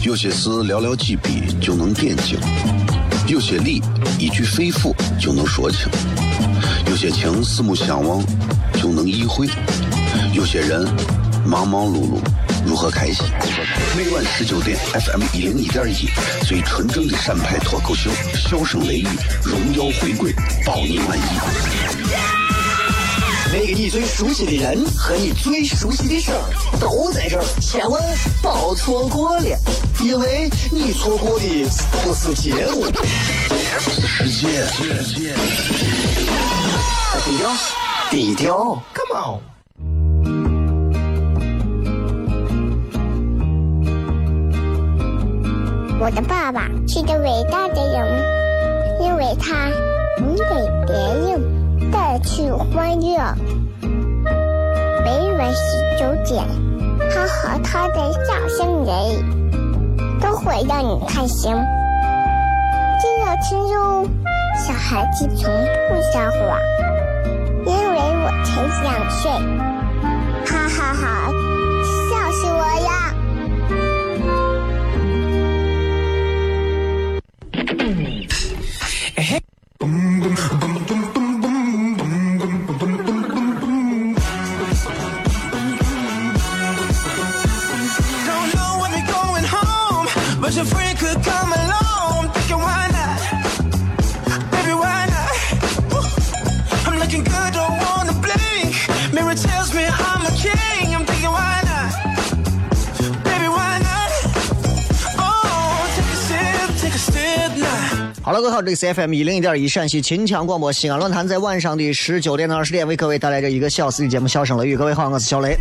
有些事寥寥几笔就能点睛，有些理一句肺腑就能说清，有些情四目相望就能意会，有些人忙忙碌碌如何开心。每晚19点 FM101.1，最纯正的陕派脱口秀，笑声雷雨，荣耀回归，保你满意。 那个你最熟悉的人和你最熟悉的事儿都在这儿，千万别错过了，因为你错过的不是节目， 世界。 低调 ，Come on。 我的爸爸是个伟大的人，因为他能给别人带去欢乐。每晚19点，他和他的笑声人，都会让你开心。记得听哟，小孩子从不撒谎，因为我才2岁。哈哈哈，笑死我呀！ 好了，各位好，这里是 FM101.1陕西秦腔广播西安论坛，在晚上的19点到20点为各位带来这一个小时的节目《笑声雷雨》。各位好，我是小雷。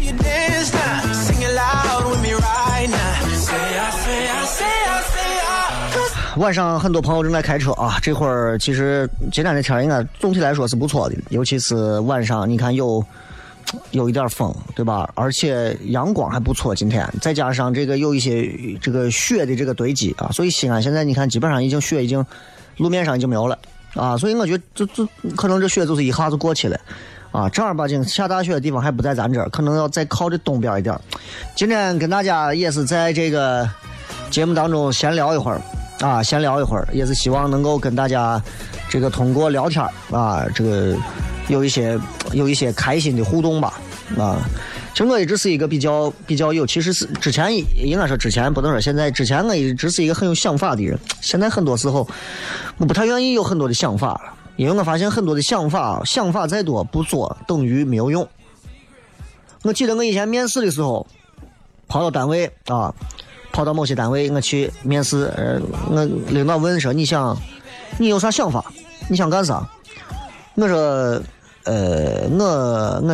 晚上很多朋友正在开车啊，这会儿其实今天的天应该总体来说是不错的，尤其是晚上，你看有一点风，对吧？而且阳光还不错，今天再加上这个有一些这个雪的这个堆积啊，所以西安现在你看基本上雪已经路面上已经没有了啊，所以我觉得这可能这雪就是一下子过去了啊，正儿八经下大雪的地方还不在咱这儿，可能要再靠着东边一点。今天跟大家也是在这个节目当中闲聊一会儿啊，闲聊一会儿，也是希望能够跟大家这个通过聊天啊，这个有一些开心的互动吧啊。其实我一直是一个比较有，其实是之前应该说之前不能说现在，之前我一直是一个很有想法的人，现在很多时候我不太愿意有很多的想法了，因为我发现很多的想法再多不做等于没有用。我记得我以前面试的时候跑到单位啊，跑到某些单位我去面试，我领导问说你有啥想法，你想干啥？我说我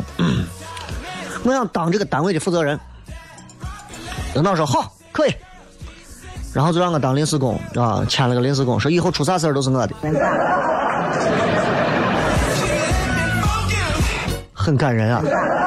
想当这个单位的负责人。领导说好，可以，然后就让我当临时工啊，签了个临时工，说以后出啥事儿都是我的，很感人啊。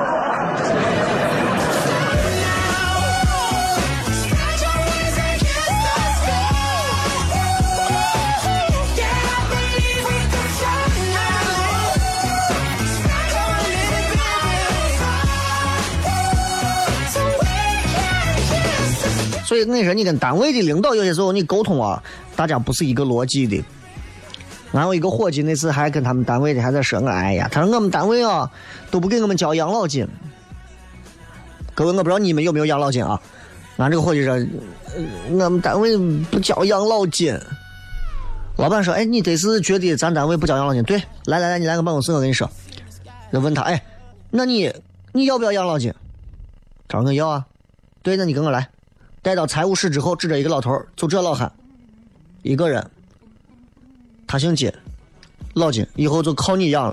所以那时候你跟单位的领导有些时候你沟通啊，大家不是一个逻辑的。然后一个伙计那次还跟他们单位的还在说，哎呀，他说我们单位啊都不给我们交养老金。各位我不知道你们有没有养老金啊？俺这个伙计说，我们单位不交养老金。老板说，哎，你得是觉得咱单位不交养老金？对，来，你来个办公室，我跟你说。就问他，哎，那你要不要养老金？他说我要啊。对，那你跟我来。带到财务室之后，指着一个老头，就这老汉一个人，他姓金，老金以后就靠你养了。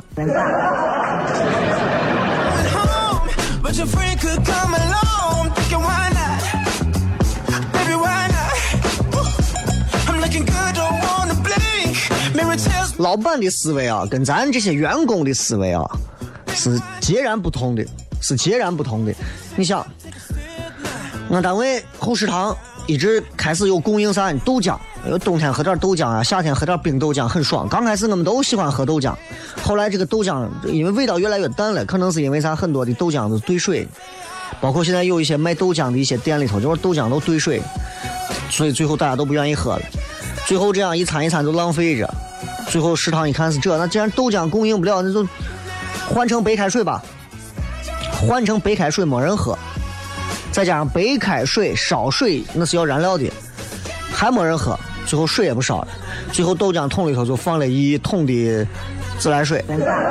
老板的思维啊，跟咱这些员工的思维啊，是截然不同的，你想，我单位后食堂一直开始有供应啥豆浆，冬天喝点豆浆啊，夏天喝点冰豆浆很爽。刚开始我们都喜欢喝豆浆，后来这个豆浆因为味道越来越淡了，可能是因为啥，很多的豆浆都兑水，包括现在有一些卖豆浆的一些店里头，就是豆浆都兑水。 所以最后大家都不愿意喝了。最后这样一餐一餐都浪费着，最后食堂一看是这，那既然豆浆供应不了，那就换成白开水吧。换成白开水没人喝，再加上白开水烧水那是要燃料的，还没人喝，最后水也不烧了，最后豆浆桶里头就放了1桶的自来水。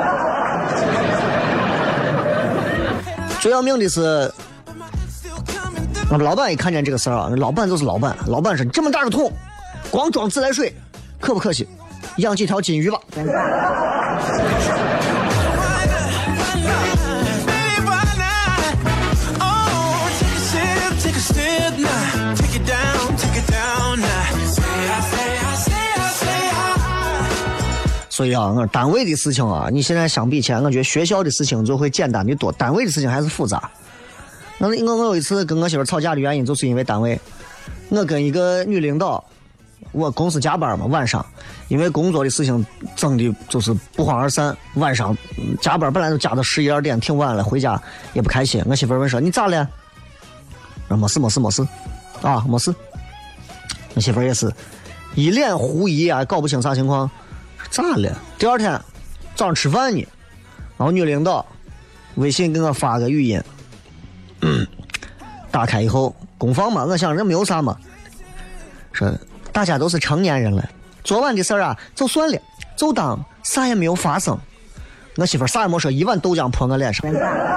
最要命的是，我们老板一看见这个事儿啊，老板就是老板，老板说这么大个桶，光装自来水，可不可惜？养几条金鱼吧。所以啊，单位的事情啊，你现在相比起来，我觉得学校的事情就会简单的多，单位的事情还是复杂。我有一次跟我媳妇吵架的原因，就是因为单位，我跟一个女领导，我公司加班嘛，晚上因为工作的事情整的就是不欢而散，晚上加班本来就加到11、12点，挺晚了，回家也不开心。我媳妇问说你咋了？没事啊，没事。我媳妇也是一脸狐疑啊，搞不清啥情况。咋了？第二天早上吃饭呢，然后女领导微信给我发个语音，打开以后公放嘛，我想这没有啥嘛，说大家都是成年人了，昨晚的事儿啊就算了，就当啥也没有发生。我媳妇啥也没说，一碗豆浆泼我脸上。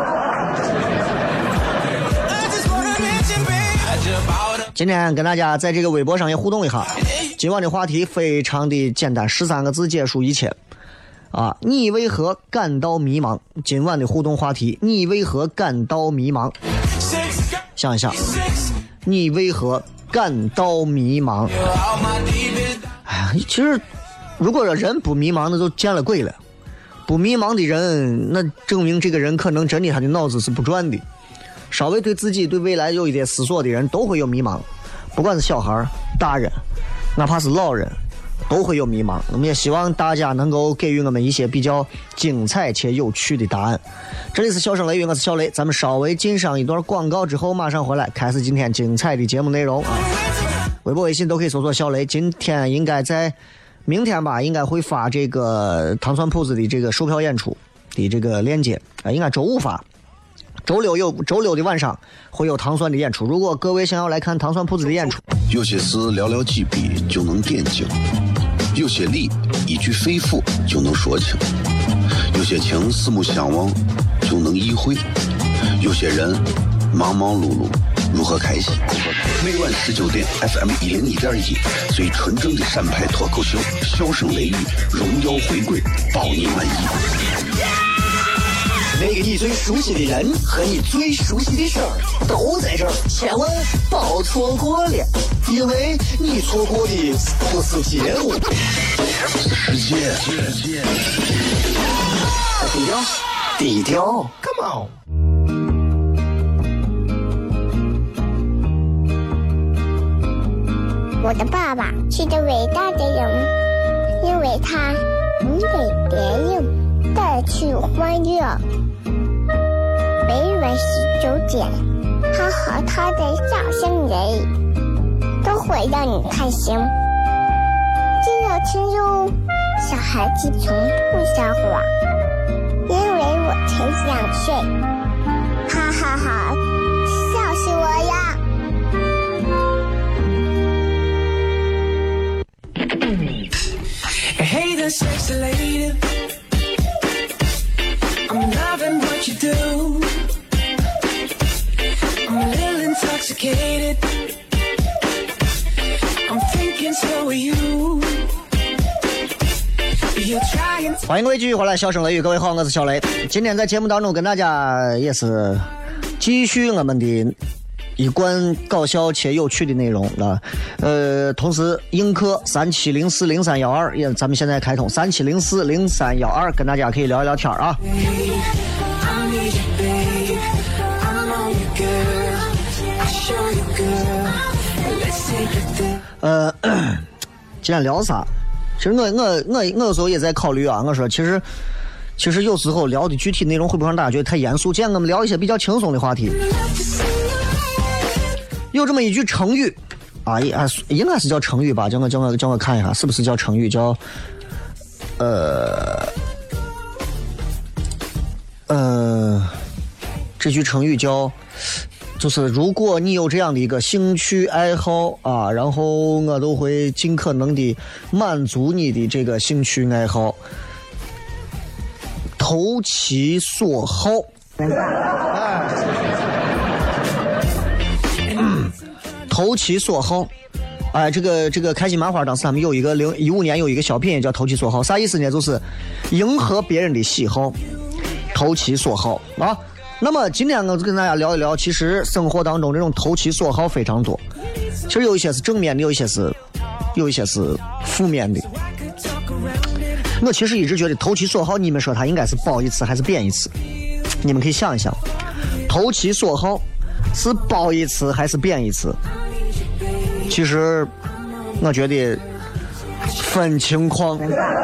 今天跟大家在这个微博上也互动一下，今晚的话题非常的简单，13个字结束一切啊！你为何感到迷茫？今晚的互动话题，你为何感到迷茫？想一想，你为何感到迷茫？哎呀，其实如果人不迷茫，那就见了鬼了。不迷茫的人，那证明这个人可能真的他的脑子是不转的。稍微对自己对未来有一点思索的人都会有迷茫，不管是小孩大人哪怕是老人都会有迷茫。我们也希望大家能够给予我们一些比较精彩且有趣的答案。这里是笑声雷雨，我是小雷，咱们稍微进上一段广告之后马上回来开始今天精彩的节目内容啊！微博微信都可以搜索小雷，今天应该在明天吧，应该会发这个糖蒜铺子的这个售票演出的这个链接啊，应该周5发。周六的晚上会有糖蒜的演出，如果各位想要来看糖蒜铺子的演出， 有些事寥寥几笔就能点睛，有些力一句肺腑就能说清，有些情四目相望就能意会，有些人忙忙碌碌如何开心？每晚19点 FM 101.1，最纯正的陕派脱口秀，笑声雷雨，荣耀回归，保你满意。 那个你最熟悉的人和你最熟悉的事儿都在这儿，千万别错过了，因为你错过的不是节目， 是世界。 低调 ，Come on。 我的爸爸是个伟大的人，因为他能给别人带去欢乐。每晚19点，他和他的笑声人，都会让你开心。记得听哟，小孩子从不撒谎，因为我才2岁。哈哈哈，笑死我呀 ！Hey, the sexy lady, I'm loving what you do. I'm a little intoxicated. I'm thinking so are you. You're trying. 欢迎各位继续回来，笑声雷雨，各位好，我是小雷。今天在节目当中跟大家也是继续我们的一贯搞笑且有趣的内容啊，同时映客37040312也咱们现在开通37040312，跟大家可以聊一聊天啊。今天聊啥？其实我有时候也在考虑啊，我说其实有时候聊的具体内容会不会让大家觉得太严肃？今天我们聊一些比较轻松的话题。有这么一句成语啊，应该是叫成语吧？叫我看一下，是不是叫成语？叫这句成语叫，就是如果你有这样的一个兴趣爱好啊，然后我都会尽可能的满足你的这个兴趣爱好，投其所好。投其所好。哎，这个开心麻花当时他们有一个2015年有一个小品也叫投其所好，啥意思呢？就是迎合别人的喜好，投其所好啊。那么今天我就跟大家聊一聊，其实生活当中这种投其所好非常多，其实有一些是正面的，有一些是负面的。我其实一直觉得投其所好，你们说它应该是褒义词还是贬义词？你们可以想一想，投其所好是褒义词还是贬义词？其实我觉得分情况。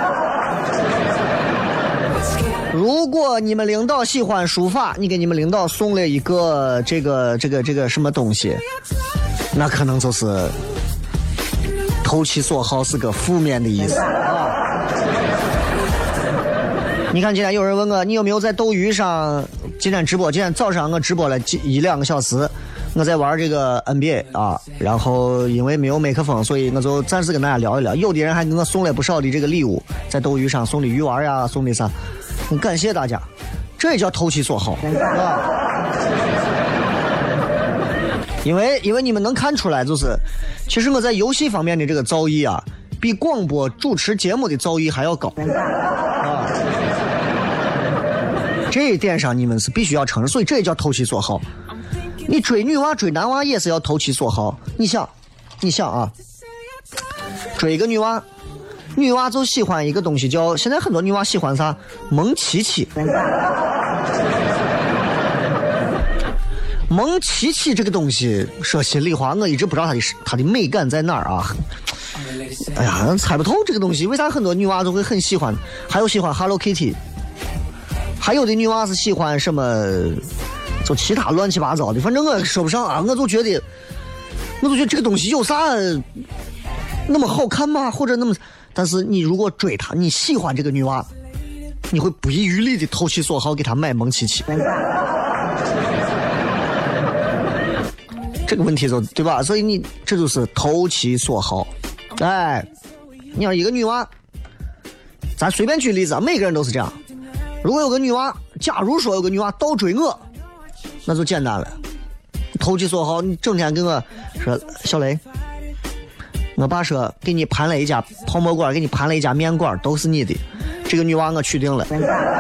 如果你们领导喜欢书法，你给你们领导送了一个这个什么东西，那可能就是投其所好是个负面的意思啊。你看今天有人问我，你有没有在斗鱼上今天直播？今天早上我直播了1-2个小时，我在玩这个 NBA 啊，然后因为没有麦克风，所以我就暂时跟大家聊一聊。有的人还给我送了不少的这个礼物，在斗鱼上送的鱼丸呀，送的啥，感谢大家，这也叫投其所好啊。因为你们能看出来，就是其实我在游戏方面的这个造诣啊，比广播主持节目的造诣还要高啊。这一点上你们是必须要承认，所以这也叫投其所好。你追女娃追男娃也是要投其所好。你想啊，追一个女娃就喜欢一个东西叫，现在很多女娃喜欢啥？蒙奇奇。蒙奇奇这个东西，说心里话，我一直不知道它的美感在哪儿啊。哎呀，猜不透这个东西，为啥很多女娃都会很喜欢？还有喜欢 Hello Kitty， 还有的女娃是喜欢什么？就其他乱七八糟的，反正我说不上啊。我就觉得这个东西有啥那么好看吗？或者那么，但是你如果追她，你喜欢这个女娃，你会不遗余力的投其所好给她买蒙奇奇。这个问题就对吧？所以你这就是投其所好。哎，你要一个女娃，咱随便举例子啊，每个人都是这样。如果有个女娃，假如说有个女娃倒追我，那就简单了，投其所好。你整天跟我说，小雷，我爸说给你盘了一家泡沫馆，给你盘了一家面馆，都是你的，这个女娃我取定了。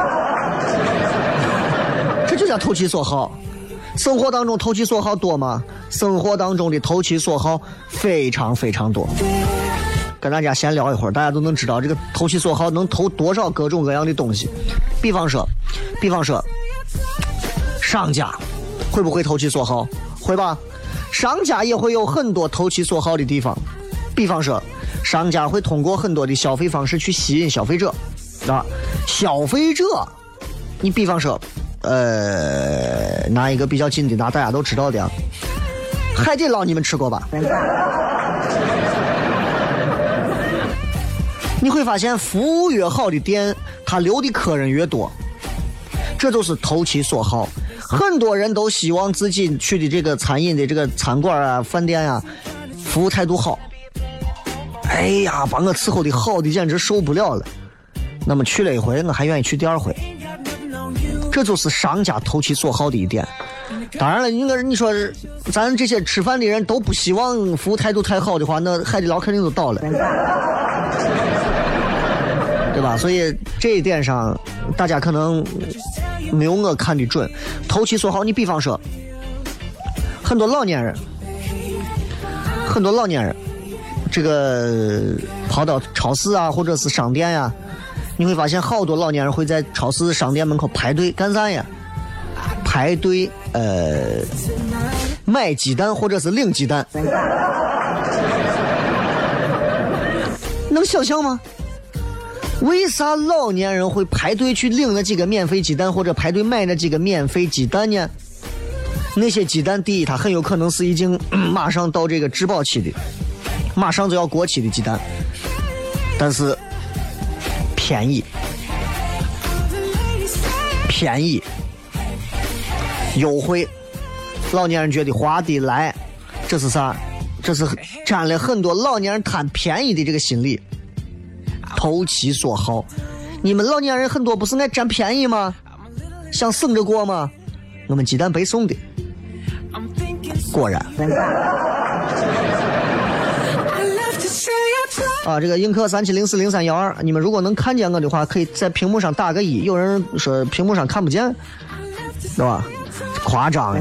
这就叫投其所好。生活当中投其所好多吗？生活当中的投其所好非常非常多。跟大家闲聊一会儿，大家都能知道这个投其所好能投多少各种各样的东西。比方说商家会不会投其所好？会吧。商家也会有很多投其所好的地方。比方说商家会通过很多的消费方式去吸引消费者啊。消费者，你比方说拿一个比较近的，拿大家都知道的海底捞，你们吃过吧？你会发现服务越好的店，他留的客人越多，这就是投其所好。很多人都希望自己去的这个餐饮的这个餐馆啊、饭店啊，服务态度好。哎呀，把我伺候的好的简直受不了了。那么去了一回，我还愿意去第二回。这就是商家投其所好的一点。当然了，你说咱这些吃饭的人都不希望服务态度太好的话，那海底捞肯定都倒了，对吧？所以这一点上大家可能没有我看的准。投其所好，你比方说很多老年人这个跑到超市啊或者是商店呀，你会发现好多老年人会在超市商店门口排队干啥呀？排队买鸡蛋或者是领鸡蛋。能想象吗？为啥老年人会排队去领那几个免费鸡蛋或者排队买那几个免费鸡蛋呢？ 那些鸡蛋，第一，它很有可能是已经马上到这个质保期的，马上就要过期的鸡蛋，但是便宜，优惠，老年人觉得划得来，这是啥？这是占了很多老年人贪便宜的这个心理，投其所好。你们老年人很多不是爱占便宜吗？想省着过吗？我们鸡蛋背送的，果然。啊，这个映客37040312，你们如果能看见我的话，可以在屏幕上打个1。有人说屏幕上看不见，对吧？夸张。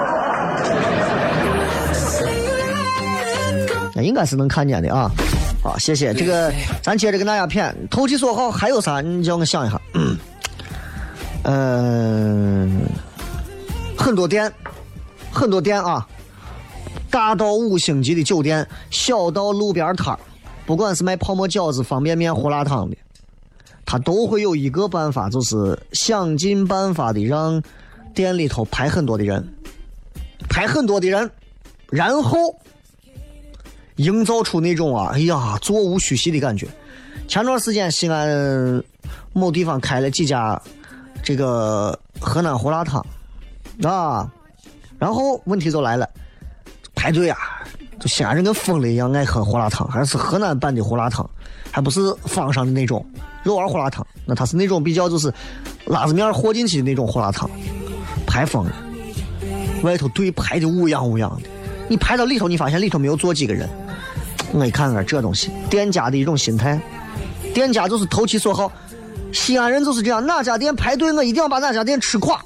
应该是能看见的啊。好，谢谢。这个咱接着跟大家谝，投其所好还有啥？你叫我想一下。很多店啊，大到5星级的酒店，小到路边摊，不管是卖泡沫饺子、方便面、胡辣汤的，他都会有一个办法，就是想尽办法的让店里头排很多的人，然后营造出那种哎呀座无虚席的感觉。前段时间西安某地方开了几家这个河南胡辣汤啊，然后问题就来了，排队啊，就西安人跟疯了一样爱喝胡辣汤，还是河南版的胡辣汤，还不是坊上的那种肉丸胡辣汤，那它是那种比较就是辣子面和进去的那种胡辣汤，排疯了，外头队排的乌泱乌泱的，你排到里头，你发现里头没有坐几个人。我一看这东西，店家的一种心态，店家就是投其所好。西安人就是这样，哪家店排队，我一定要把哪家店吃垮。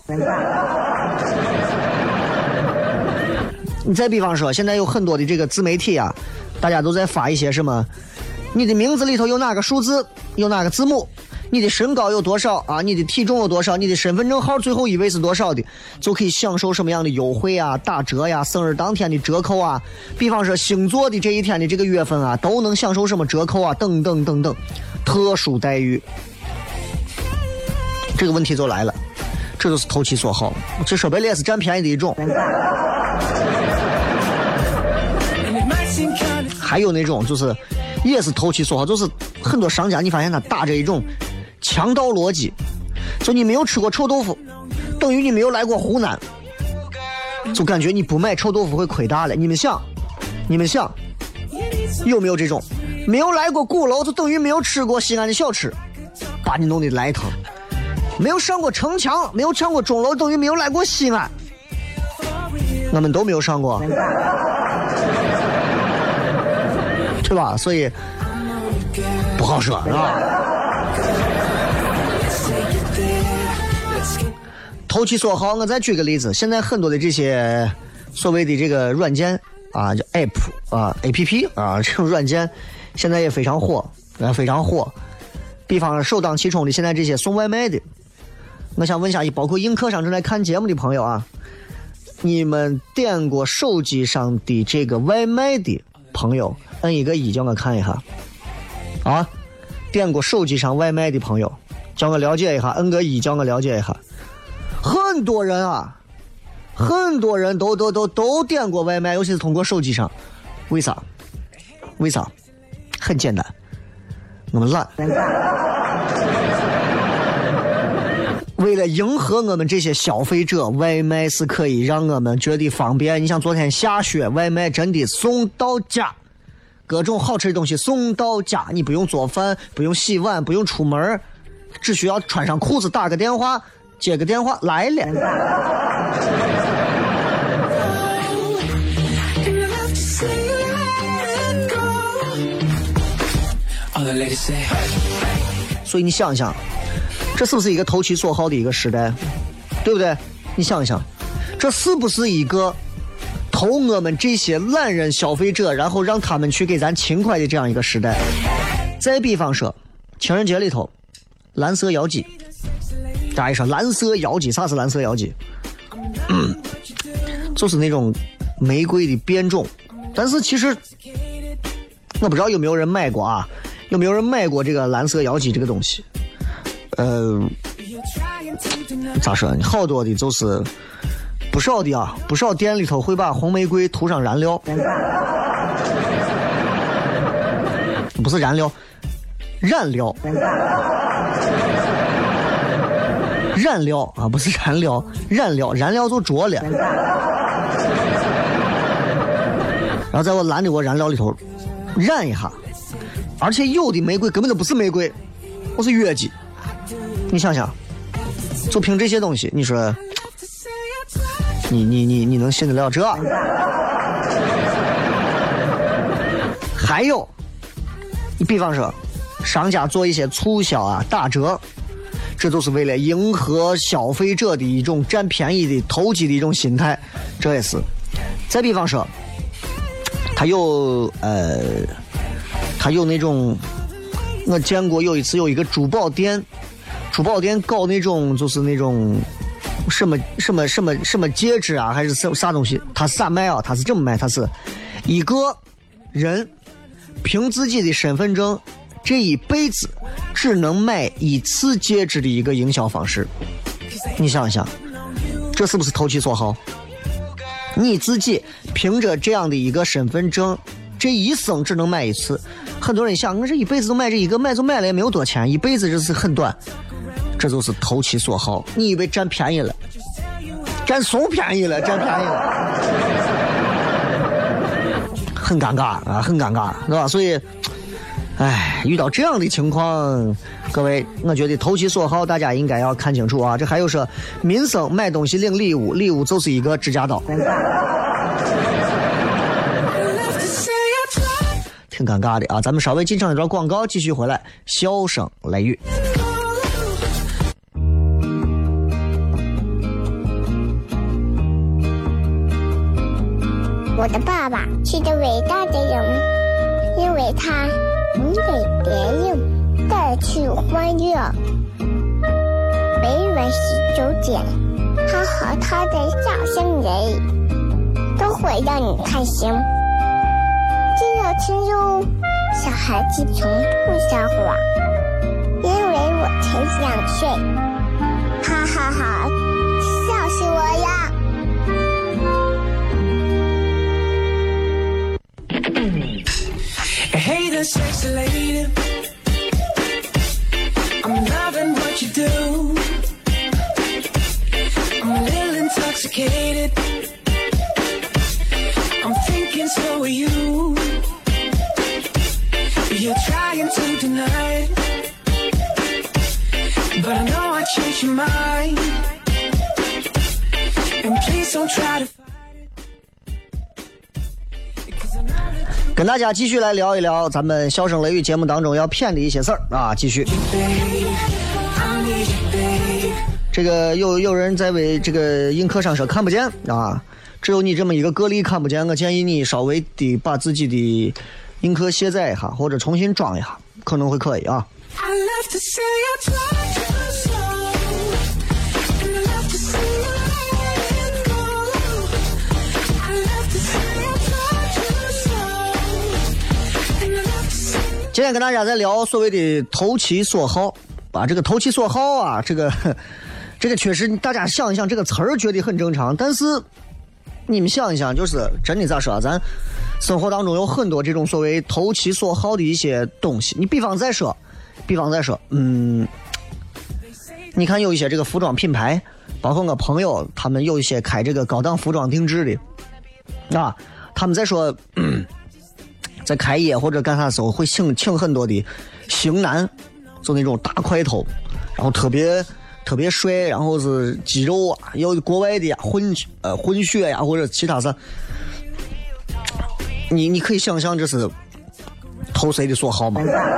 你再比方说，现在有很多的这个自媒体啊，大家都在发一些什么，你的名字里头有哪个数字，有哪个字母，你的身高有多少啊，你的体重有多少，你的身份证号最后一位是多少的，就可以享受什么样的优惠啊、打折呀、生日当天的折扣啊，比方说星座的这一天的这个月份啊，都能享受什么折扣啊，等等等等，特殊待遇。这个问题就来了，这就是投其所好，这说白了也是占便宜的一种。还有那种就是也是投其所好，就是很多商家你发现他打着一种强盗逻辑，就你没有吃过臭豆腐，等于你没有来过湖南，就感觉你不买臭豆腐会亏大了。你们想有没有这种没有来过鼓楼就等于没有吃过西安的小吃，把你弄得来疼。没有上过城墙，没有上过钟楼，等于没有来过西安。我们都没有上过，对吧？所以不好说，是吧？投其所好。我再举个例子，现在很多的这些所谓的这个软件啊，叫 app 啊 app 啊，这种软件现在也非常火，非常火。比方首当其冲的现在这些送外卖的，我想问一下，包括映客上正在看节目的朋友啊，你们点过手机上的这个外卖的朋友，摁一个1叫我看一下啊！点过手机上外卖的朋友，叫我了解一下，摁个1叫我了解一下。很多人啊，很多人都点过外卖，尤其是通过手机上。为啥？很简单，我们懒。为了迎合我们这些消费者，外卖是可以让我们觉得方便。你像昨天下雪，外卖真的送到家，各种好吃的东西送到家，你不用做饭，不用洗碗，不用出门，只需要穿上裤子，打个电话，接个电话来了。所以你想一想，这是不是一个投其所好的一个时代，对不对？你想一想，这是不是一个投我们这些懒人消费者，然后让他们去给咱勤快的这样一个时代？再比方说情人节里头蓝色妖姬，大家一说蓝色妖姬，啥是蓝色妖姬？就是那种玫瑰的变种，但是其实我不知道有没有人买过啊，有没有人买过这个蓝色妖姬这个东西？咋说？好多的就是不少店里头会把红玫瑰涂上燃料，不是燃料，燃料啊，不是燃料，燃料就着了。然后在我蓝的我燃料里头燃一下，而且有的玫瑰根本就不是玫瑰，我是月季。你想想，就凭这些东西，你说你能信得了这？还有，你比方说商家做一些促销啊、打折，这都是为了迎合消费者的一种占便宜的投机的一种心态，这也是。再比方说他有那种，我见过有一次有一个珠宝店搞那种就是那种什么戒指啊，还是啥东西，他是咋卖啊？他是这么卖，他是一个人凭自己的身份证，这一辈子只能买一次戒指的一个营销方式。你想想，这是不是投其所好？你自己凭着这样的一个身份证，这一生只能买一次。很多人想，我这一辈子都买这一个，买就买了，也没有多钱，一辈子这是很短，这就是投其所好。你以为占便宜了，占怂便宜了，占便宜了，很尴尬啊，很尴尬，对吧？所以遇到这样的情况，各位，我觉得投其所好，大家应该要看清楚啊。这还有说，民生买东西领礼物，礼物就是一个指甲刀，挺尴尬的啊。咱们稍微进上一段广告，继续回来，笑声雷雨。 我的爸爸是个伟大的人，因为他能给别人带去欢乐。每晚19点，他和他的笑声人都会让你开心。记得听哟，小孩子从不撒谎，因为我才2岁。哈哈哈，笑死我呀！ Hey there, sexy lady. I'm loving what you do. I'm a little intoxicated. I'm thinking so are you. You're trying to deny it, but I know I changed your mind. And please don't try to 跟大家继续来聊一聊咱们笑声雷雨节目当中要骗的一些事儿啊，继续。这个有人在为这个映客上说看不见啊，只有你这么一个个例看不见，我建议你稍微的把自己的映客卸载一下或者重新装一下，可能会可以啊。今天跟大家在聊所谓的投其所好啊，这个投其所好啊，这个确实大家想一想这个词儿觉得很正常，但是你们想一想，就是真的咋说啊，咱生活当中有很多这种所谓投其所好的一些东西。你比方再说，你看有一些这个服装品牌，包括我朋友他们有一些开这个高档服装定制的啊，他们在说在开业或者干啥的时候会请很多的型男，就那种大块头，然后特别帅，然后是肌肉啊，有国外的呀混血呀或者其他啥，你可以想象这是投谁的所好吗？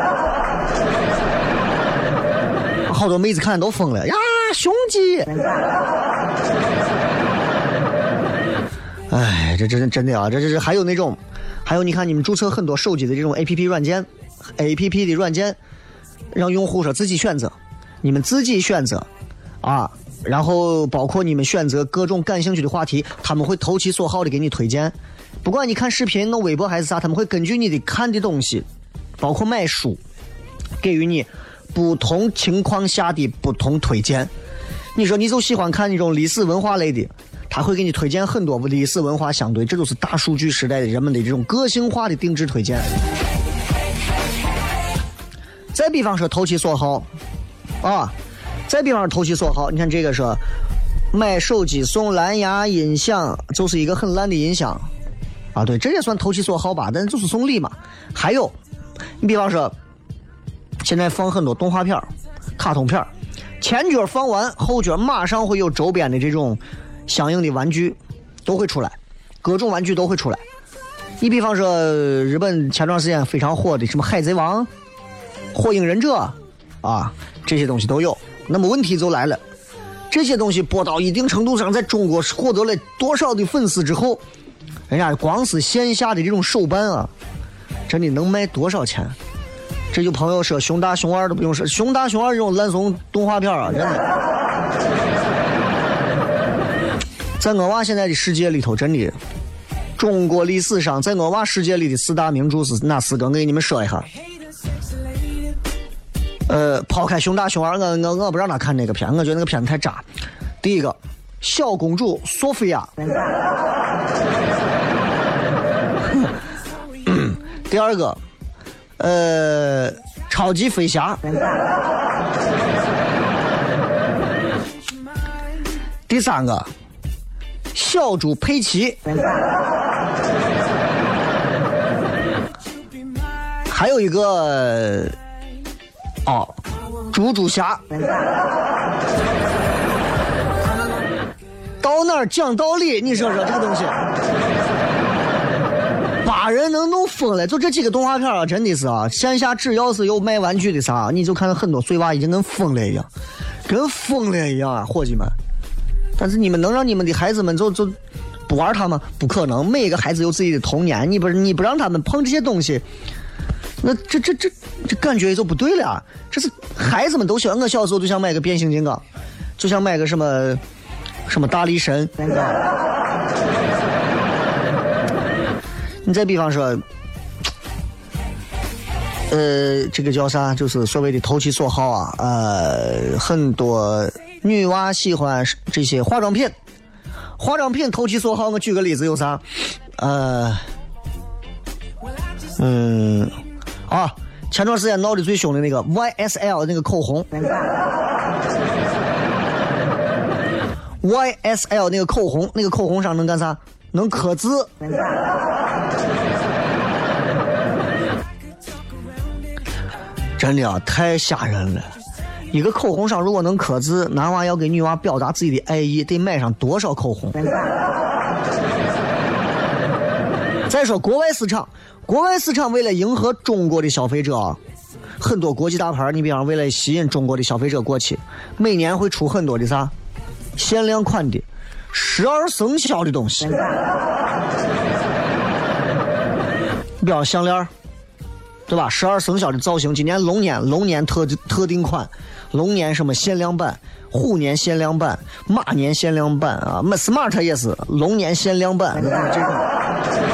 好多妹子看都疯了呀，胸肌！哎，这真的啊，这还有那种。还有你看你们注册很多手机的这种 APP 软件 APP 的软件，让用户说自己选择，你们自己选择啊，然后包括你们选择各种感兴趣的话题，他们会投其所好的给你推荐，不管你看视频弄微博还是啥，他们会根据你的看的东西包括买书给予你不同情况下的不同推荐。你说你就喜欢看那种历史文化类的， 他会给你推荐很多历史文化相对，这就是大数据时代的人们的这种个性化的定制推荐。再比方说投其所好啊，再比方说投其所好，你看这个是买手机送蓝牙音响，就是一个很烂的音响啊，对，这也算投其所好吧，但就是送礼嘛。还有你比方说现在放很多动画片卡通片，前脚放完后脚马上会有周边的这种相应的玩具都会出来，各种玩具都会出来。你比方说日本前段时间非常火的什么海贼王、火影忍者啊，这些东西都有。那么问题就来了，这些东西播到一定程度上在中国获得了多少的粉丝之后，人家光是线下的这种手办啊，真的能卖多少钱？这有朋友说熊大熊二都不用说，熊大熊二这种烂怂动画片啊，真的在我娃现在的世界里头，真的中国历史上在我娃世界里的4大名著是哪4个？我给你们说一下。抛开熊大熊二，我不让他看那个片，我觉得那个片太渣。第一个，小公主索菲亚。第二个，超级飞侠。第三个，小猪佩奇。还有一个猪猪侠。到哪儿讲道理？你说说这个东西把人能弄疯了。就这几个动画片啊，真的是啊，线下只要是有卖玩具的啥，你就看到很多碎娃已经跟疯了一样，跟疯了一样啊，伙计们。但是你们能让你们的孩子们就不玩它吗？不可能，每个孩子有自己的童年，你不让他们碰这些东西，那这感觉就不对了。这是孩子们都喜欢，我小时候就想买个变形金刚，就想买个什么大力神。你再比方说这个叫啥，就是所谓的投其所好啊，很多女娃喜欢这些化妆品投其所好。我举个例子有啥，前段时间闹得最凶的那个 YSL 那个口红，YSL 那个口红，那个口红上能干啥？能刻字。真的啊，太吓人了。一个口红上如果能刻字，男娃要给女娃表达自己的爱意，得买上多少口红？再说国外市场为了迎合中国的消费者啊，很多国际大牌，你比方为了吸引中国的消费者过去，每年会出很多的啥限量款的12生肖的东西，比方项链，对吧？12生肖的造型，今年龙年特定款，龙年什么限量版，虎年限量版，马年限量版啊，smart 也是龙年限量版，这个。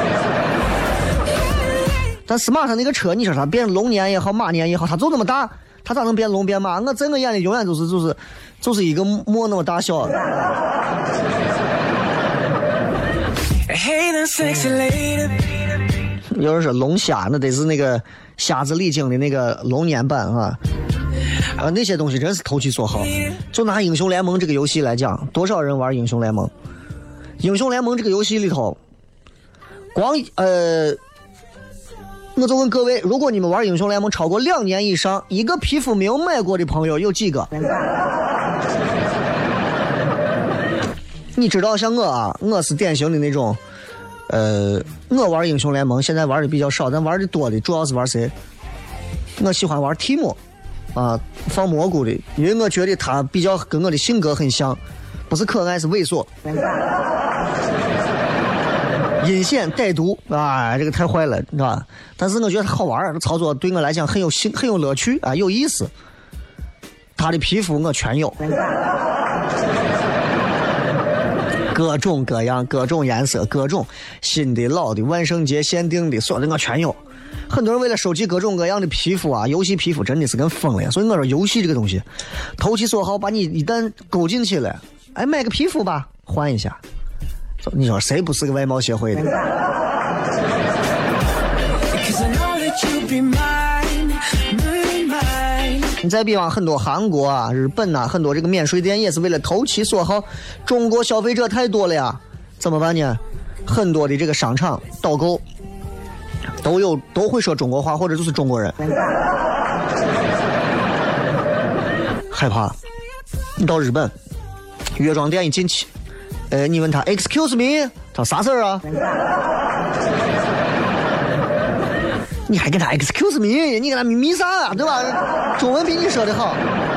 但 smart 那个车，你说它变龙年也好，马年也好，它就那么大，它咋能变龙变马？我在我眼里永远就是一个墨那么大小。有人说龙虾，那得是那个虾子李菁的那个龙年版啊。那些东西真是投其所好。就拿英雄联盟这个游戏来讲，多少人玩英雄联盟？英雄联盟这个游戏里头，光我就问各位，如果你们玩英雄联盟超过2年以上，一个皮肤没有买过的朋友有几个？你知道像我啊，我是典型的那种，我玩英雄联盟现在玩的比较少，但玩的多的主要是玩谁？我喜欢玩提莫啊，放蘑菇的，因为我觉得他比较跟我的性格很像，不是可爱是猥琐。阴险歹毒啊，这个太坏了，你知道吧？但是我觉得它好玩，操作对我来讲很有乐趣啊，有意思。他的皮肤我全有，各种各样、各种颜色、各种新的、老的、万圣节限定的，所有的我全有。很多人为了收集各种各样的皮肤啊，游戏皮肤真的是跟疯了呀。所以我说游戏这个东西，投其所好，把你一旦勾进去了，哎，买个皮肤吧，换一下。 你说谁不是个外貌协会的？你再比方很多韩国啊、日本啊，很多这个免税店也是为了投其所好。中国消费者太多了呀，怎么办呢？很多的这个商场导购都会说中国话，或者就是中国人。害怕，你到日本药妆店一进去，你问他 Excuse me， 他啥事儿啊？你还跟他 Excuse me， 你跟他咪啥啊，对吧？中文比你说的好。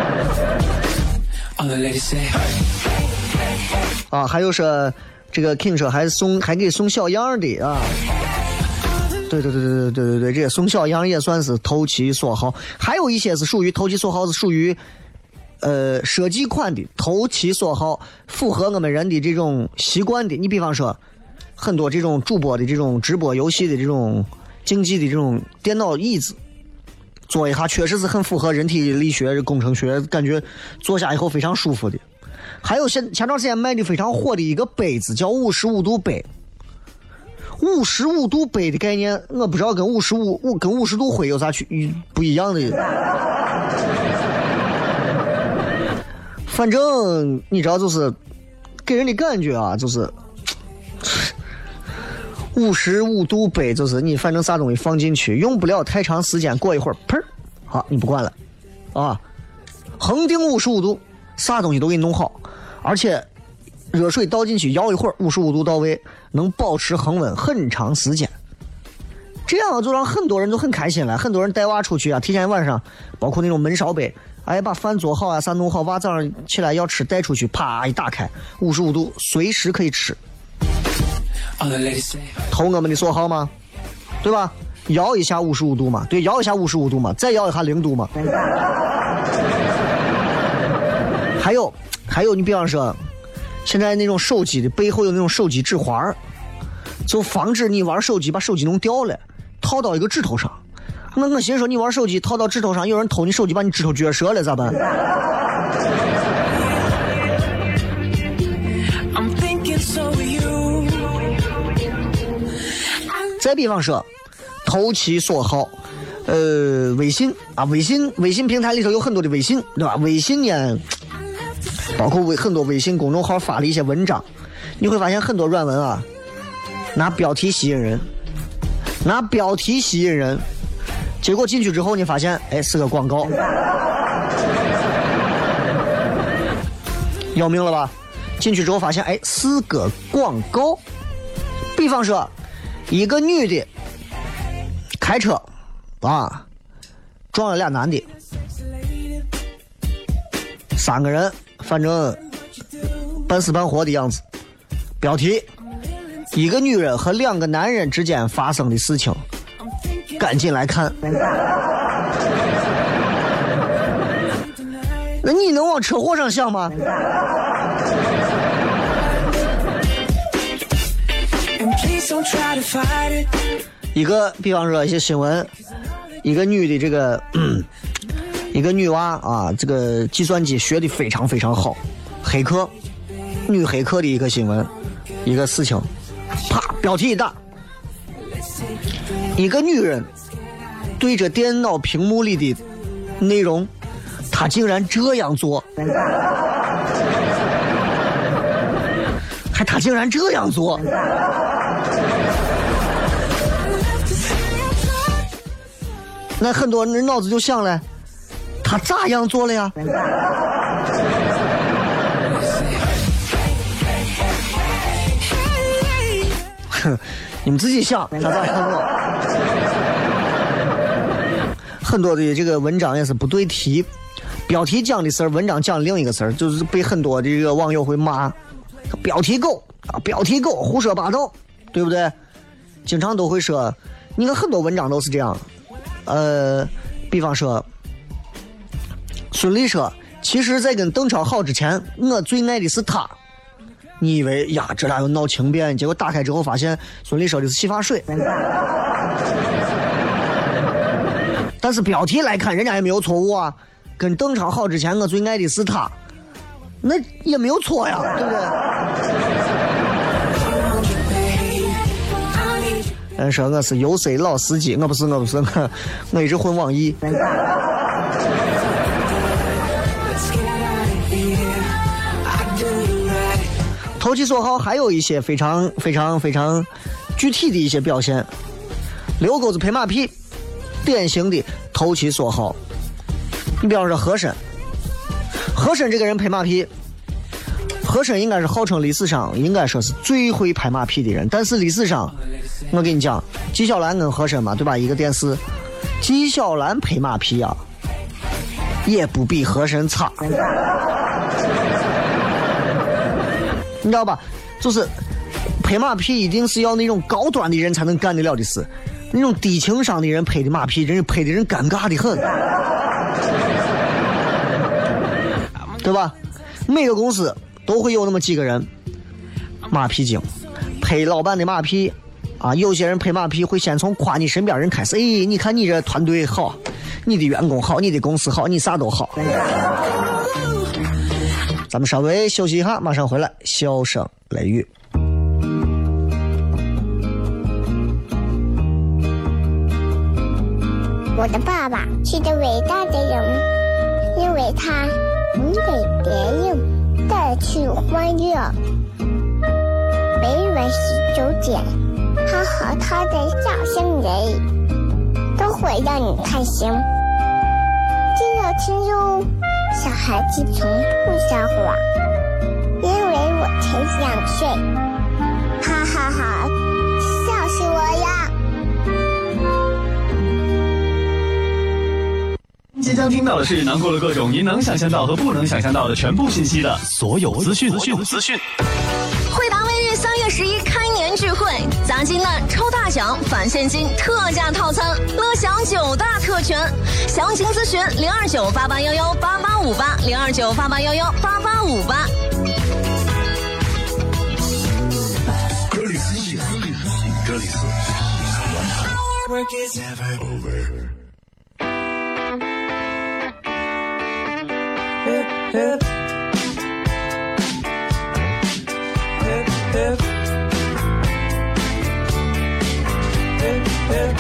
啊，还有说这个 King 车还给送小样的啊。对，这些送小样也算是投其所好，还有一些是属于投其所好，是属于设计款的投其所好，符合我们人的这种习惯的。你比方说很多这种主播的这种直播游戏的这种竞技的这种电脑椅子，坐一下确实是很符合人体力学工程学，感觉坐下以后非常舒服的。还有前段时间卖的非常火的一个杯子叫55度杯。55度杯的概念我不知道跟50度灰有啥不一样的。反正你知道，就是给人的感觉啊，就是55度杯，就是你反正啥东西放进去用不了太长时间，过一会儿砰，好，你不管了啊，恒定55度，啥东西都给你弄好，而且热水倒进去摇一会儿，55度到位，能保持恒温很长时间。这样就让很多人都很开心了，很多人带娃出去啊，提前晚上，包括那种焖烧杯，哎，把饭做好啊，啥弄好，娃早上起来要吃，带出去，啪一打开，55度，随时可以吃。投我们的所好吗？对吧？摇一下55度嘛，对，摇一下55度嘛，再摇一下0度嘛。还有，你比方说，现在那种手机的背后有那种手机指环，就防止你玩手机把手机弄掉了，套到一个指头上。那我寻思说，你玩手机套到指头上，有人偷你手机把你指头撅折了咋办？再比方说，投其所好，微信啊，微信平台里头有很多的微信，对吧？微信呢，包括很多微信公众号发了一些文章，你会发现很多软文啊，拿标题吸引人，结果进去之后你发现，哎，是个广告，要命了吧？进去之后发现，哎，是个广告。比方说，一个女的开车啊，撞了俩男的，3个人，反正半死半活的样子。标题：一个女人和2个男人之间发生的事情，赶紧来看。那你能往车祸上想吗？一个比方说一些新闻，一个女的这个一个女娃啊，这个计算机学的非常非常好，女黑客的一个新闻，一个事情，啪，标题一大，一个女人对着电脑屏幕里的内容，她竟然这样做，她竟然这样做。那很多人脑子就想了，他咋样做了呀？你们自己想，他咋样做？很多的这个文章也是不对题，标题讲的事儿，文章讲另一个事儿，就是被很多这个网友会骂，标题狗啊，标题狗，胡说八道，对不对？经常都会说，你看很多文章都是这样。比方说孙俪说，其实在跟邓超好之前，我最爱的是他。你以为呀，这俩又闹情变，结果打开之后发现孙俪说的是洗发水。但是标题来看，人家也没有错误啊。跟邓超好之前，我最爱的是他，那也没有错呀，对不对？ 说我是UC老司机，我不是，我一直混网易。投其所好还有一些非常具体的一些表现，遛狗子拍马屁，典型的投其所好。你比方说和珅这个人拍马屁，和珅应该是号称历史上应该说是最会拍马屁的人，但是历史上我跟你讲，纪晓岚跟和珅嘛，对吧？一个电视，纪晓岚拍马屁啊，也不比和珅差，你知道吧？就是拍马屁一定是要那种高端的人才能干得了的事，那种低情商的人拍的马屁，真是拍的人尴尬的很，对吧？每个公司都会有那么几个人马屁精，拍老板的马屁啊。有些人拍马屁会先从夸你身边人开始，哎，你看你这团队好，你的员工好，你的公司好，你啥都好。咱们稍微休息一下，马上回来，笑声雷雨。 我的爸爸是个伟大的人，因为他能给别人带去欢乐。每晚19点，他和他的笑声人，都会让你开心。记得听哟，小孩子从不撒谎，因为我才2岁。哈哈哈，笑死我呀！ 即将听到的是囊括了各种您能想象到和不能想象到的全部信息的所有资讯。 惠达卫浴3月11开年聚会，砸金蛋、抽大奖、返现金、特价套餐，乐享9大特权。详情咨询02988118858，02988118858。 这里是 Work is never over. Hip, hip. Hip, hip. Hip, hip.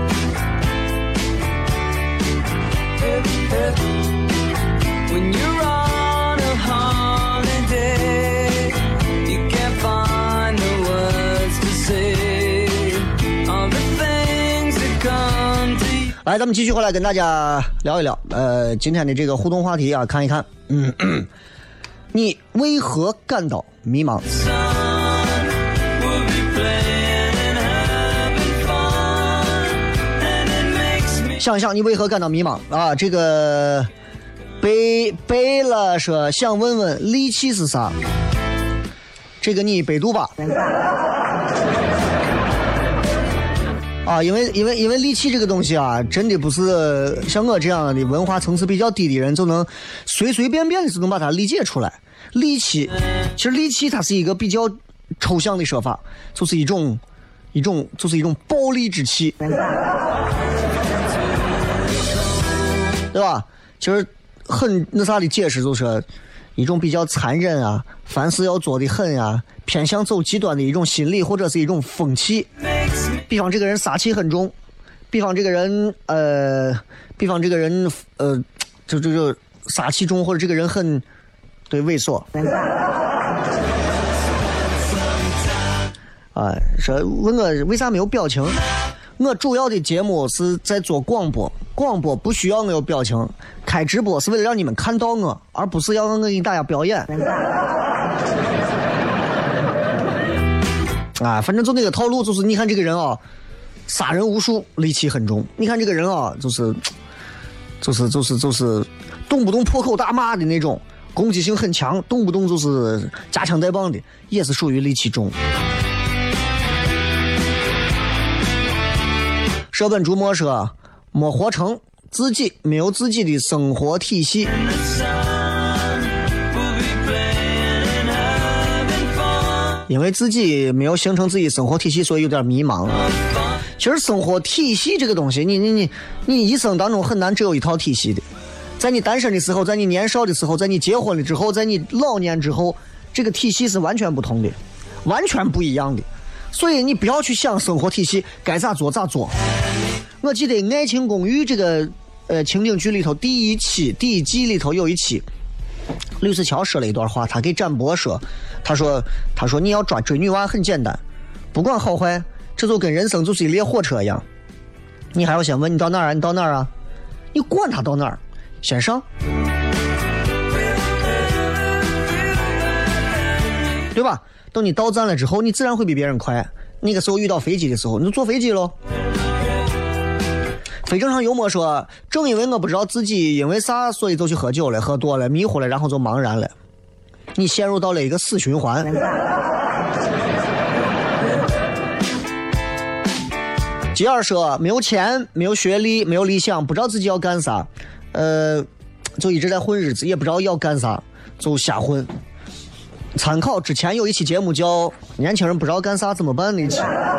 Hip, hip. When you're on a holiday, you can't find the words to say all the things that come to you. 来，咱们继续回来跟大家聊一聊，今天的这个互动话题啊，看一看，你为何感到迷茫？想想你为何感到迷茫啊？这个背了说想问问戾气是啥？这个你百度吧。啊，因为戾气这个东西啊，真的不是像我这样的文化层次比较低的人就能随随便便的就能把它理解出来。戾气，其实戾气它是一个比较抽象的说法，就是一种暴力之气，对吧？其实很那啥的解释就是一种比较残忍啊，凡事要做的狠啊，偏向走极端的一种心理或者是一种风气。比方这个人杀气很重，比方这个人就杀气重，或者这个人很对猥琐。说问我为啥没有表情？我主要的节目是在做广播，广播不需要我有表情，开直播是为了让你们看到我，而不是要我给大家表演。啊，反正就那个套路，就是你看这个人啊，杀人无数，戾气很重。你看这个人啊，就是动不动破口大骂的那种，攻击性很强，动不动就是夹枪带棒的，也是属于戾气重。舍本逐末说，没活成自己，没有自己的生活体系。因为自己没有形成自己生活体系，所以有点迷茫。其实生活体系这个东西，你一生当中很难只有一套体系的。在你单身的时候，在你年少的时候，在你结婚了之后，在你老年之后，这个体系是完全不同的，完全不一样的。 所以你不要去想生活体系该咋做咋做。我记得《爱情公寓》这个情景剧里头第一季里头有一期，吕思乔说了一段话，他给展博说，他说你要追女娃很简单，不管好坏，这就跟人生就是一列火车一样，你还要先问你到哪儿啊，你到哪儿啊，你管他到哪儿，先上，对吧？等你到站了之后，你自然会比别人快。那个时候遇到飞机的时候，你就坐飞机喽。非正常幽默说，正因为我不知道自己因为啥，所以就去喝酒了，喝多了，迷糊了，然后就茫然了。你陷入到了一个死循环。吉尔说，没有钱，没有学历，没有理想，不知道自己要干啥，就一直在混日子，也不知道要干啥，就瞎混。参考之前有一期节目叫《年轻人不知道干啥怎么办》那期，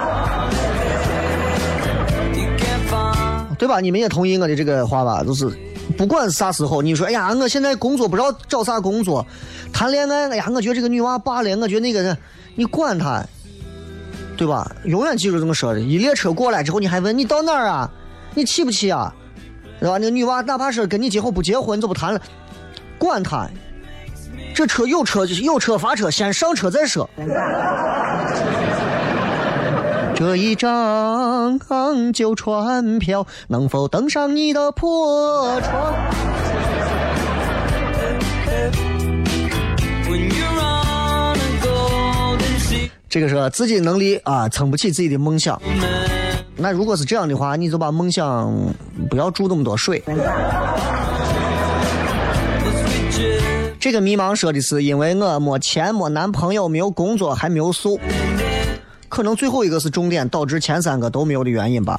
对吧？你们也同意我的这个话吧？就是不管啥时候，你说哎呀，我现在工作不知道找啥工作，谈恋爱，哎呀，我觉得这个女娃罢了，我觉得那个，你管他，对吧？永远记住这么说的。一列车过来之后，你还问你到哪儿啊？你气不气啊？对吧？那个女娃哪怕是跟你结婚不结婚，就不谈了，管他。这车有车发车，先上车再说。这一张旧船票能否登上你的破船？这个是自己能力啊，撑不起自己的梦想。那如果是这样的话，你就把梦想不要注那么多水。这个迷茫说的是因为我没钱没男朋友没有工作还没有瘦，可能最后一个是重点导致前三个都没有的原因吧。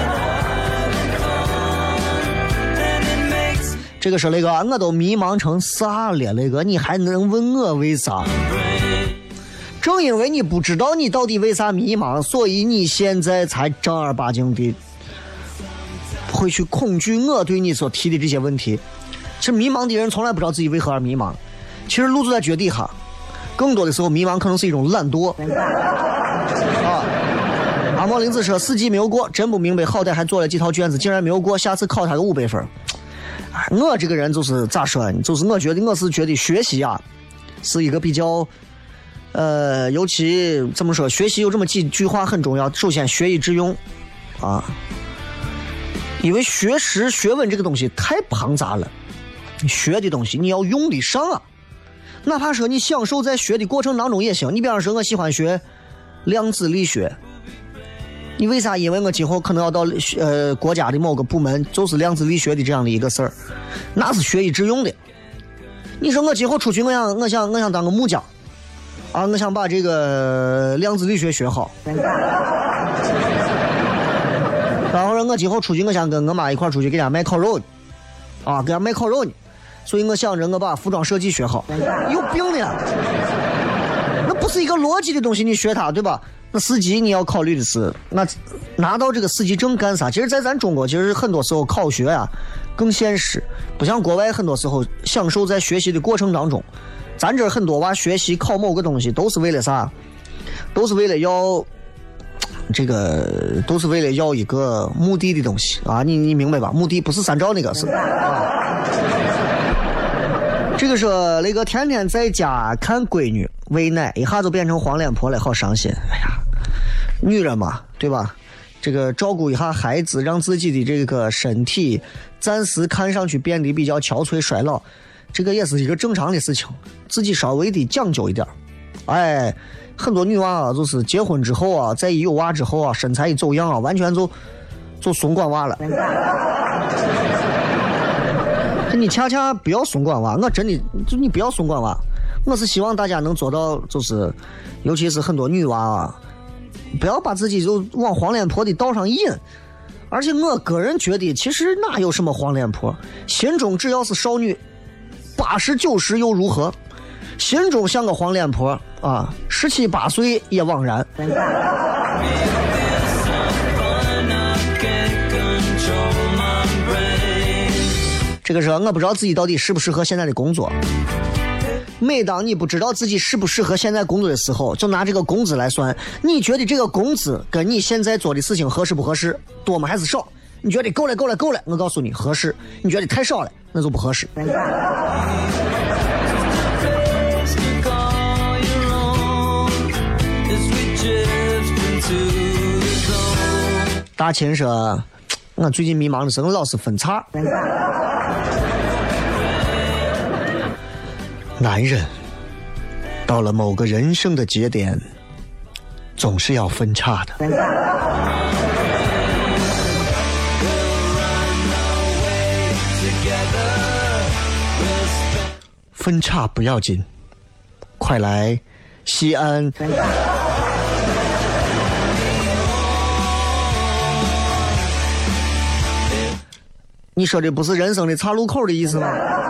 这个说那个我都迷茫成啥了，那个你还能问我为啥？正因为你不知道你到底为啥迷茫，所以你现在才正儿八经的会去恐惧我对你所提的这些问题。其实迷茫的人从来不知道自己为何而迷茫，其实路就在脚底下，更多的时候迷茫可能是一种懒惰啊。阿莫林子说4级没有过，真不明白，好歹还做了几套卷子，竟然没有过，下次考他个500分。我这个人就是咋说，就是我觉得学习啊是一个比较尤其怎么说，学习有这么几句话很重要。首先学以致用啊，因为学问这个东西太庞杂了，学的东西你要用得上啊。哪怕说你享受在学的过程当中也行。你比方说我喜欢学量子力学，你为啥？因为我今后可能要到国家的某个部门，就是量子力学的这样的一个事儿，那是学以致用的。你说我今后出去，我想当个木匠啊，我想把这个量子力学学好。然后我今后出去，我想跟我妈一块出去给人家卖烤肉啊，给人家卖烤肉呢。所以我想着我把服装设计学好。有病的呀，那不是一个逻辑的东西，你学它对吧？那4级你要考虑的是，那拿到这个4级证干啥？其实在咱中国，其实很多时候考学啊更现实，不像国外很多时候享受在学习的过程当中。咱这很多娃学习考某个东西都是为了啥？都是为了要这个，都是为了要一个目的的东西啊！你明白吧？目的不是3兆那个是啊。这个说那个天天在家看闺女喂奶，一下就变成黄脸婆了，好伤心。哎呀，女人嘛，对吧？这个照顾一下孩子，让自己的这个身体暂时看上去变得比较憔悴衰老，这个也是一个正常的事情，自己稍微的讲究一点。哎，很多女娃啊，就是结婚之后啊，再一有娃之后啊，身材一走样啊，完全就松管娃了。你恰恰不要松管娃，我真的就你不要松管娃。我是希望大家能做到，就是尤其是很多女娃啊，不要把自己就往黄脸婆的道上引。而且我个人觉得，其实哪有什么黄脸婆，心中只要是少女，80、90又如何？心中像个黄脸婆啊，17、18岁也枉然。这个是我不知道自己到底适不适合现在的工作。 每当你不知道自己适不适合现在工作的时候，就拿这个工资来算，你觉得这个工资跟你现在做的事情合适不合适，多吗还是少？你觉得够了，我告诉你合适，你觉得太少了，那就不合适。大秦说，我最近迷茫的时候老是分叉。男人到了某个人生的节点，总是要分叉的。分叉不要紧，快来西安。你说的不是人生的岔路口的意思吗？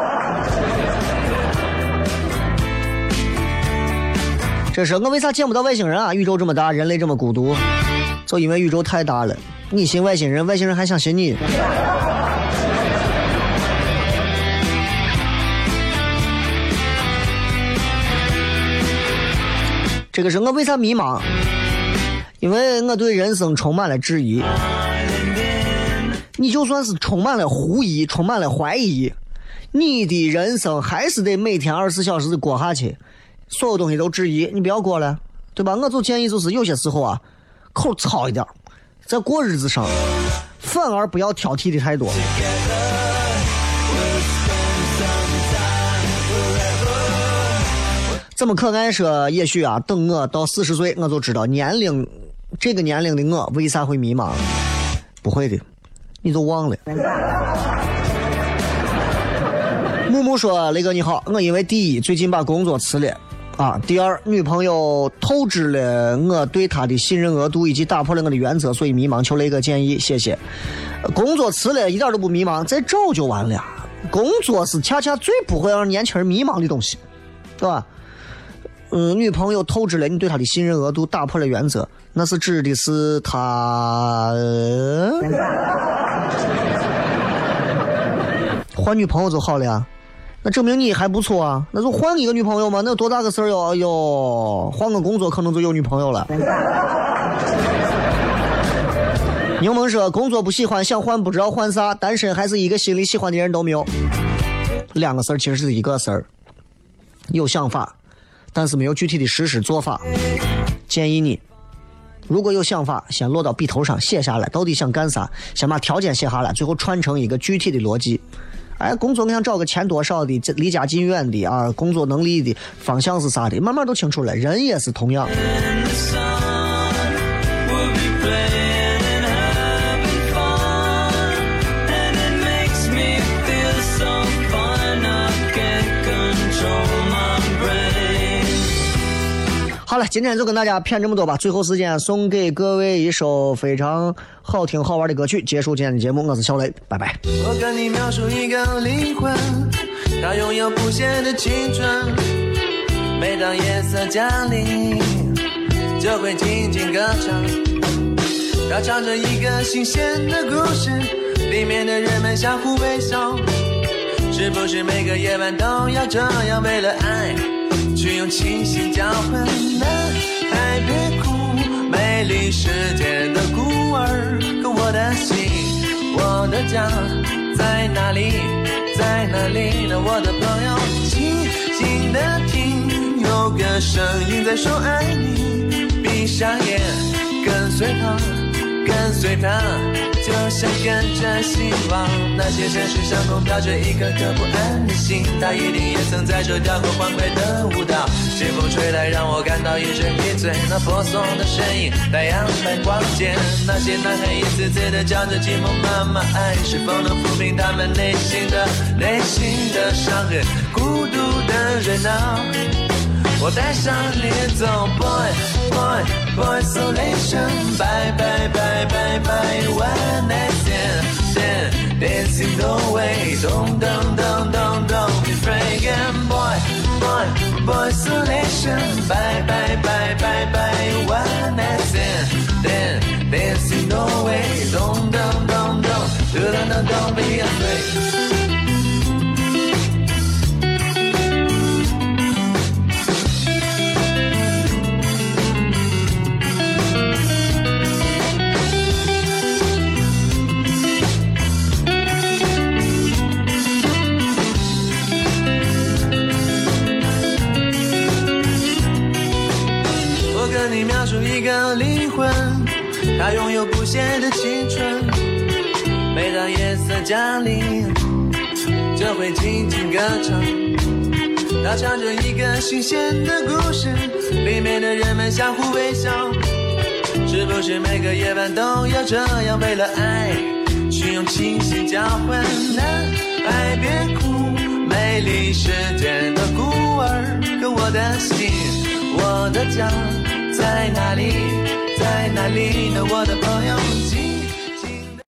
这是我为啥见不到外星人啊？宇宙这么大，人类这么孤独，就因为宇宙太大了。你信外星人，外星人还想信你。这个是我为啥迷茫？因为我对人生充满了质疑。你就算是充满了狐疑，充满了怀疑，你的人生还是得每天24小时的过下去，所有东西都质疑，你不要过了，对吧？我就建议就是有些时候啊，口糙一点，在过日子上反而不要挑剔的太多。这么可爱说，也许啊，等我到40岁，我就知道这个年龄的我为啥会迷茫。不会的，你都忘了。木木说：“雷哥你好，我因为第一最近把工作辞了啊，第二女朋友透支了我对她的信任额度，以及打破了我的原则，所以迷茫，求雷哥建议，谢谢。工作辞了一点都不迷茫，再找就完了。工作是恰恰最不会让年轻人迷茫的东西，对吧？女朋友透支了你对她的信任额度，打破了原则，那是指的是她换女朋友就好了呀。那证明你还不错啊，那就换一个女朋友嘛，那有多大个事儿哟？哎呦，换个工作可能就有女朋友了。柠檬说工作不喜欢，想换不知道换啥，单身还是一个心里喜欢的人都没有。两个事儿其实是一个事儿，有想法但是没有具体的实施做法。建议你如果有想法，先落到笔头上写下来，到底想干啥，先把条件写下来，最后串成一个具体的逻辑。哎，工作我想找个钱多少的，离家近远的啊，工作能力的方向是啥的，慢慢都清楚了。人也是同样。好了，今天就跟大家骗这么多吧。最后时间送给各位一首非常好听好玩的歌曲，结束今天的节目。我是小雷，拜拜。 我跟你描述一个灵魂，它拥有不懈的青春，每当夜色降临就会静静歌唱，它唱着一个新鲜的故事，里面的人们相互微笑，是不是每个夜晚都要这样为了爱去用清醒交换？男孩别哭，美丽世界的孤儿，可我的心，我的家在哪里，在哪里呢？我的朋友，静静的听，有个声音在说爱你，闭上眼，跟随他，跟随他，就像跟着希望。那些城市上空飘着一颗颗不安的心，他一定也曾在这跳过欢快的舞蹈。清风吹来，让我感到一阵迷醉，那婆娑的身影，太阳般光洁。那些男孩一次次的叫着寂寞妈妈，爱是否能抚平他们内心的伤痕？孤独的热闹，我带上烈走 boy isolation bye bye bye bye bye one night stand dancing the way don't be afraid and boy isolation bye bye bye bye bye one night stand dancing the way don't be afraid 个灵魂，它拥有不懈的青春。每当夜色降临，就会静静歌唱。它唱着一个新鲜的故事，里面的人们相互微笑。是不是每个夜晚都要这样，为了爱去用清醒交换？爱别哭，美丽世界的孤儿。可我的心，我的家在哪里？在哪里呢？我的朋友。